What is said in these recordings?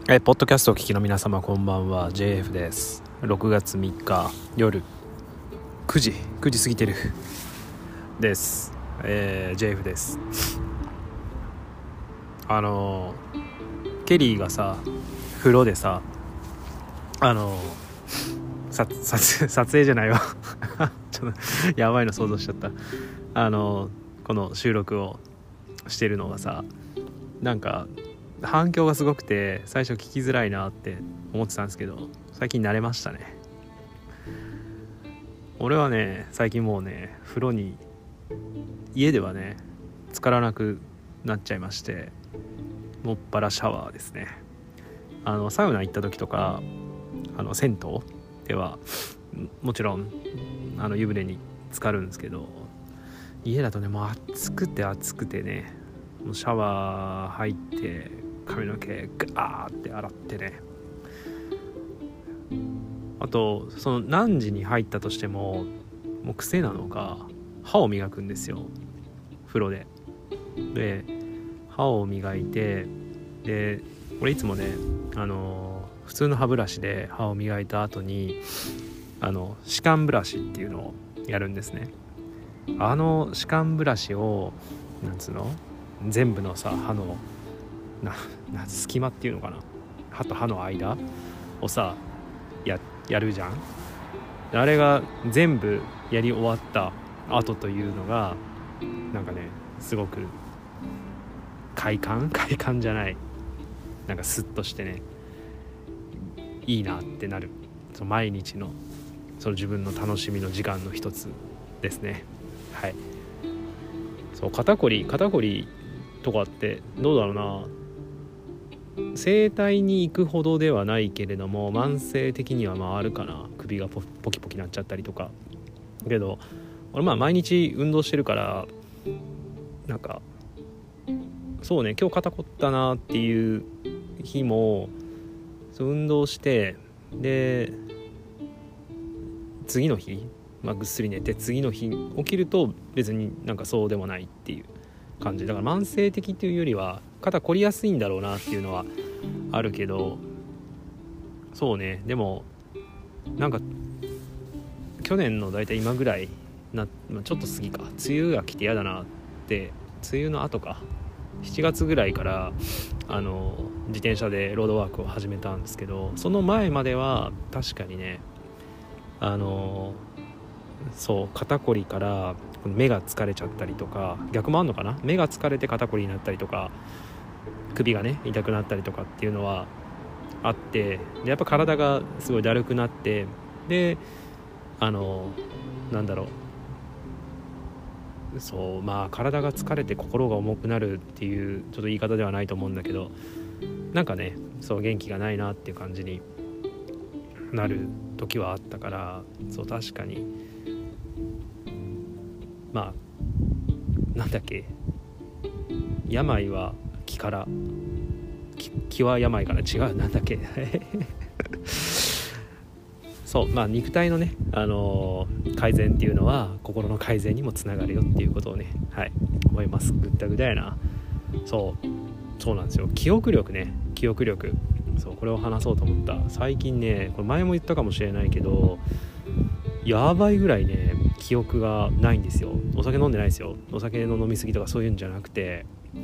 ポッドキャストをお聞きの皆様こんばんは。 JF です。6月3日夜9時過ぎてるです。JF です。ケリーがさ風呂でさ撮影じゃないわちょっとやばいの想像しちゃった。この収録をしてるのがさ、なんか反響がすごくて最初聞きづらいなって思ってたんですけど、最近慣れましたね。俺はね最近もうね風呂に家ではね浸からなくなっちゃいまして、もっぱらシャワーですね。サウナ行った時とか銭湯ではもちろん湯船に浸かるんですけど、家だとねもう暑くてね、もうシャワー入って髪の毛ガーって洗ってね、あとその何時に入ったとしてももう癖なのか歯を磨くんですよ、風呂で。で歯を磨いて、で俺いつもね普通の歯ブラシで歯を磨いた後に歯間ブラシっていうのをやるんですね。歯間ブラシをなんつうの、全部のさ歯の隙間っていうのかな、歯と歯の間をさやるじゃん。あれが全部やり終わった後というのがなんかねすごく快感じゃない、なんかスッとしてねいいなってなる、その毎日のその自分の楽しみの時間の一つですね。はい。そう肩こりとかってどうだろうな、整体に行くほどではないけれども慢性的にはまああるかな。首がポキポキなっちゃったりとか。けど俺毎日運動してるからなんかそうね、今日肩こったなっていう日も運動してで次の日、ぐっすり寝て次の日起きると別になんかそうでもないっていう感じだから、慢性的っていうよりは肩こりやすいんだろうなっていうのはあるけど、そうね、でもなんか去年のだいたい今ぐらいちょっと過ぎか、梅雨が来てやだなって、梅雨の後か7月ぐらいから自転車でロードワークを始めたんですけど、その前までは確かにねそう肩こりから目が疲れちゃったりとか、逆もあんのかな、目が疲れて肩こりになったりとか首がね痛くなったりとかっていうのはあって、でやっぱ体がすごいだるくなって、でなんだろう、そう体が疲れて心が重くなるっていうちょっと言い方ではないと思うんだけど、なんかねそう元気がないなっていう感じになる時はあったから、そう確かになんだっけ、病は気から気は病から、違う、なんだっけそう肉体のね、改善っていうのは心の改善にもつながるよっていうことをね、はい思います。ぐったぐだやな。そうなんですよ、記憶力。そうこれを話そうと思った。最近ねこれ前も言ったかもしれないけどやばいぐらいね記憶がないんですよ。お酒飲んでないですよ。お酒の飲み過ぎとかそういうんじゃなくて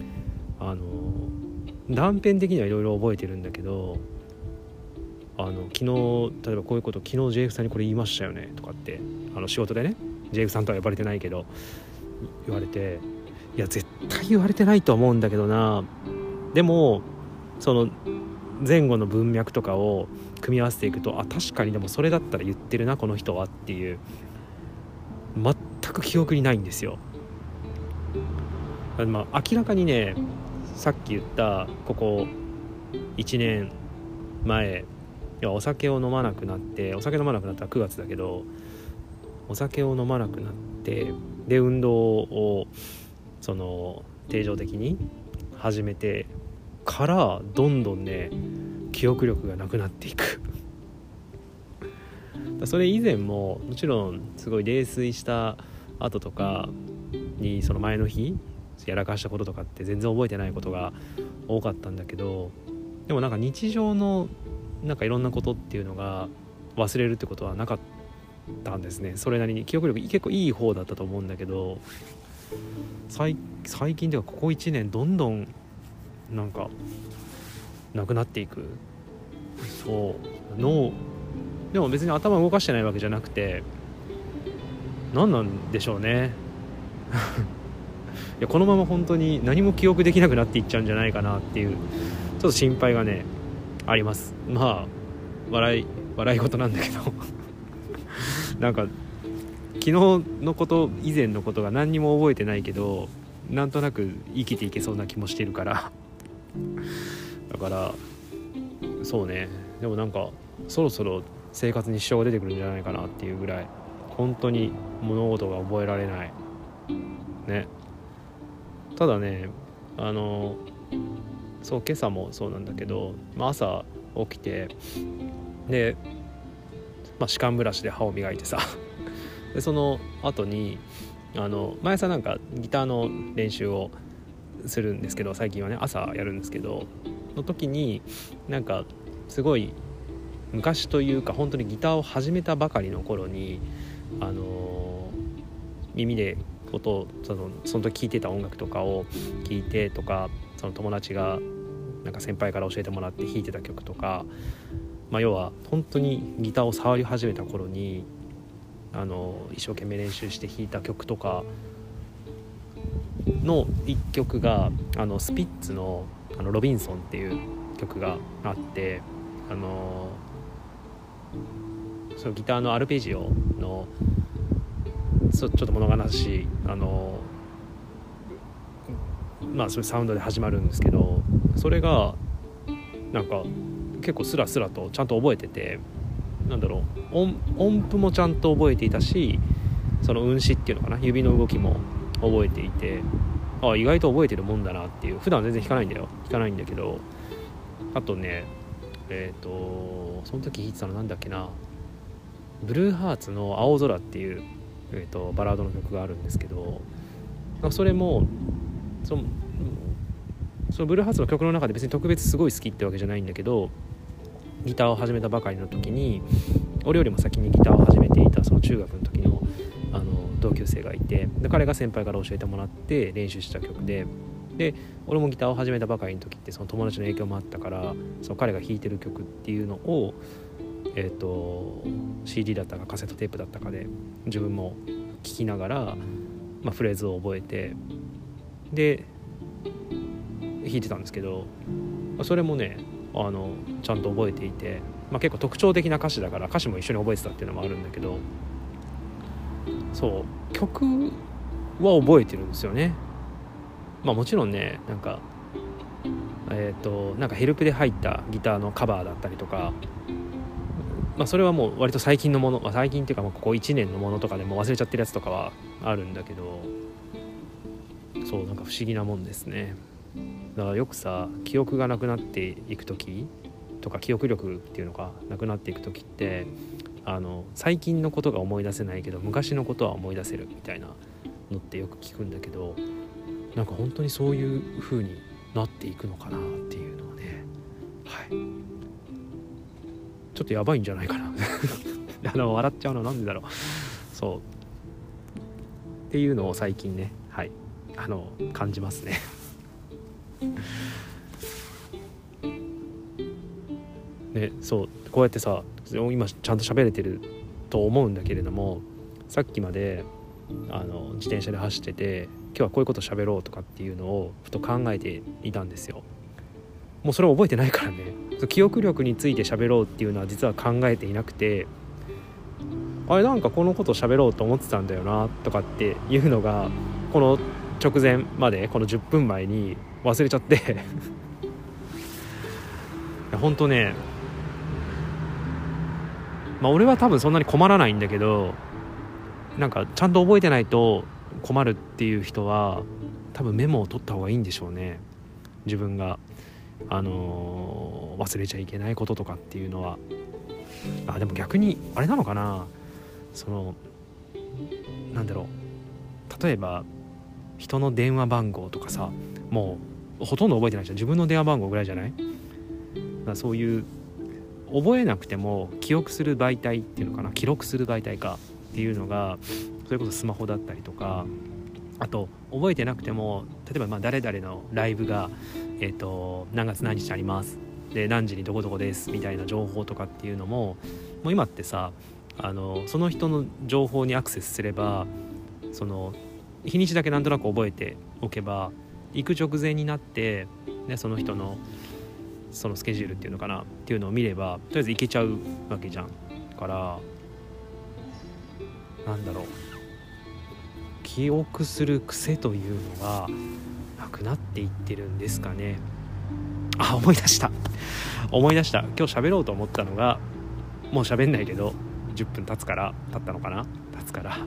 断片的にはいろいろ覚えてるんだけど、昨日例えばこういうこと昨日 JF さんにこれ言いましたよねとかって仕事でね JF さんとは呼ばれてないけど言われて、いや絶対言われてないと思うんだけどな、でもその前後の文脈とかを組み合わせていくと、確かにでもそれだったら言ってるなこの人はっていう、全く記憶にないんですよ。明らかにねさっき言ったここ1年前、お酒を飲まなくなったのは9月だけど、お酒を飲まなくなってで運動を定常的に始めてからどんどんね記憶力がなくなっていくそれ以前ももちろんすごい泥酔した後とかにその前の日やらかしたこととかって全然覚えてないことが多かったんだけど、 でもなんか日常のなんかいろんなことっていうのが忘れるってことはなかったんですね。それなりに記憶力結構いい方だったと思うんだけど、最近ではここ1年どんどんなんかなくなっていく。そう脳でも別に頭動かしてないわけじゃなくて、何なんでしょうねいやこのまま本当に何も記憶できなくなっていっちゃうんじゃないかなっていうちょっと心配がねあります。まあ笑い事なんだけどなんか昨日のこと以前のことが何にも覚えてないけど、なんとなく生きていけそうな気もしてるからだからそうね、でもなんかそろそろ生活に支障が出てくるんじゃないかなっていうぐらい本当に物事が覚えられないね。ただねそう今朝もそうなんだけど、朝起きてで、歯間ブラシで歯を磨いてさでその後に毎朝なんかギターの練習をするんですけど、最近はね朝やるんですけど、の時になんかすごい昔というか本当にギターを始めたばかりの頃に耳で音をその時聴いてた音楽とかを聴いてとか、その友達がなんか先輩から教えてもらって弾いてた曲とか、要は本当にギターを触り始めた頃に一生懸命練習して弾いた曲とかの一曲がスピッツのロビンソンっていう曲があって、そのギターのアルペジオのちょっと物悲しいそういうサウンドで始まるんですけど、それがなんか結構スラスラとちゃんと覚えてて、音符もちゃんと覚えていたし、その運指っていうのかな、指の動きも覚えていて、意外と覚えてるもんだなっていう。普段全然弾かないんだけど、あとねその時弾いてたのなんだっけな、ブルーハーツの青空っていう、バラードの曲があるんですけど、それもそのブルーハーツの曲の中で別に特別すごい好きってわけじゃないんだけど、ギターを始めたばかりの時に俺よりも先にギターを始めていたその中学の時の同級生がいて、で彼が先輩から教えてもらって練習した曲で、俺もギターを始めたばかりの時ってその友達の影響もあったから、その彼が弾いてる曲っていうのをCD だったかカセットテープだったかで自分も聴きながら、フレーズを覚えてで弾いてたんですけど、それもねちゃんと覚えていて、結構特徴的な歌詞だから歌詞も一緒に覚えてたっていうのもあるんだけど、そう曲は覚えてるんですよね。もちろんねなんかヘルプで入ったギターのカバーだったりとか、それはもう割と最近のもの、最近っていうかここ1年のものとかでも忘れちゃってるやつとかはあるんだけど、そうなんか不思議なもんですね。だからよくさ、記憶がなくなっていく時とか記憶力っていうのがなくなっていく時って最近のことが思い出せないけど昔のことは思い出せるみたいなのってよく聞くんだけど、なんか本当にそういう風になっていくのかなっていうのはね、ちょっとやばいんじゃないかな笑っちゃうのなんでだろう。そうっていうのを最近ね感じますねそうこうやってさ今ちゃんと喋れてると思うんだけれども、さっきまで自転車で走ってて今日はこういうこと喋ろうとかっていうのをふと考えていたんですよ。もうそれを覚えてないからね。記憶力について喋ろうっていうのは実は考えていなくて、なんかこのこと喋ろうと思ってたんだよなとかっていうのがこの直前までこの10分前に忘れちゃって本当ね、俺は多分そんなに困らないんだけど、なんかちゃんと覚えてないと困るっていう人は多分メモを取った方がいいんでしょうね。自分が忘れちゃいけないこととかっていうのは。でも逆にあれなのかな、例えば人の電話番号とかさ、もうほとんど覚えてないじゃん。自分の電話番号ぐらいじゃない？ そういう覚えなくても記憶する媒体っていうのかな、記録する媒体かっていうのがそれこそスマホだったりとか、あと覚えてなくても例えば誰々のライブが何月何日ありますで何時にどこどこですみたいな情報とかっていうのも、もう今ってさその人の情報にアクセスすればその日にちだけなんとなく覚えておけば行く直前になって、ね、その人のそのスケジュールっていうのかなっていうのを見ればとりあえず行けちゃうわけじゃん。からなんだろう、記憶する癖というのがなくなっていってるんですかね。思い出した今日喋ろうと思ったのがもう喋んないけど10分経ったのかな経つから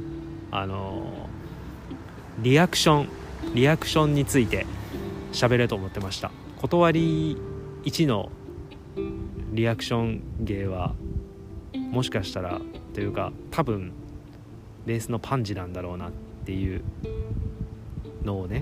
リアクションについて喋れると思ってました。断り1のリアクション芸はもしかしたらというか多分ベースのパンチなんだろうなっていうのをね、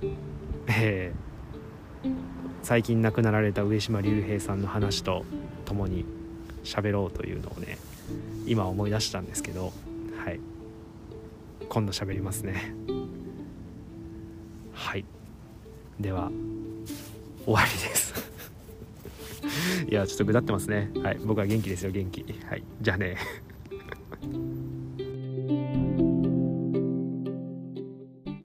最近亡くなられた上島竜兵さんの話とともに喋ろうというのをね今思い出したんですけど、はい、今度喋りますね。はい、では終わりですいやちょっとぐだってますね。はい、僕は元気ですよ、元気。はい、じゃあね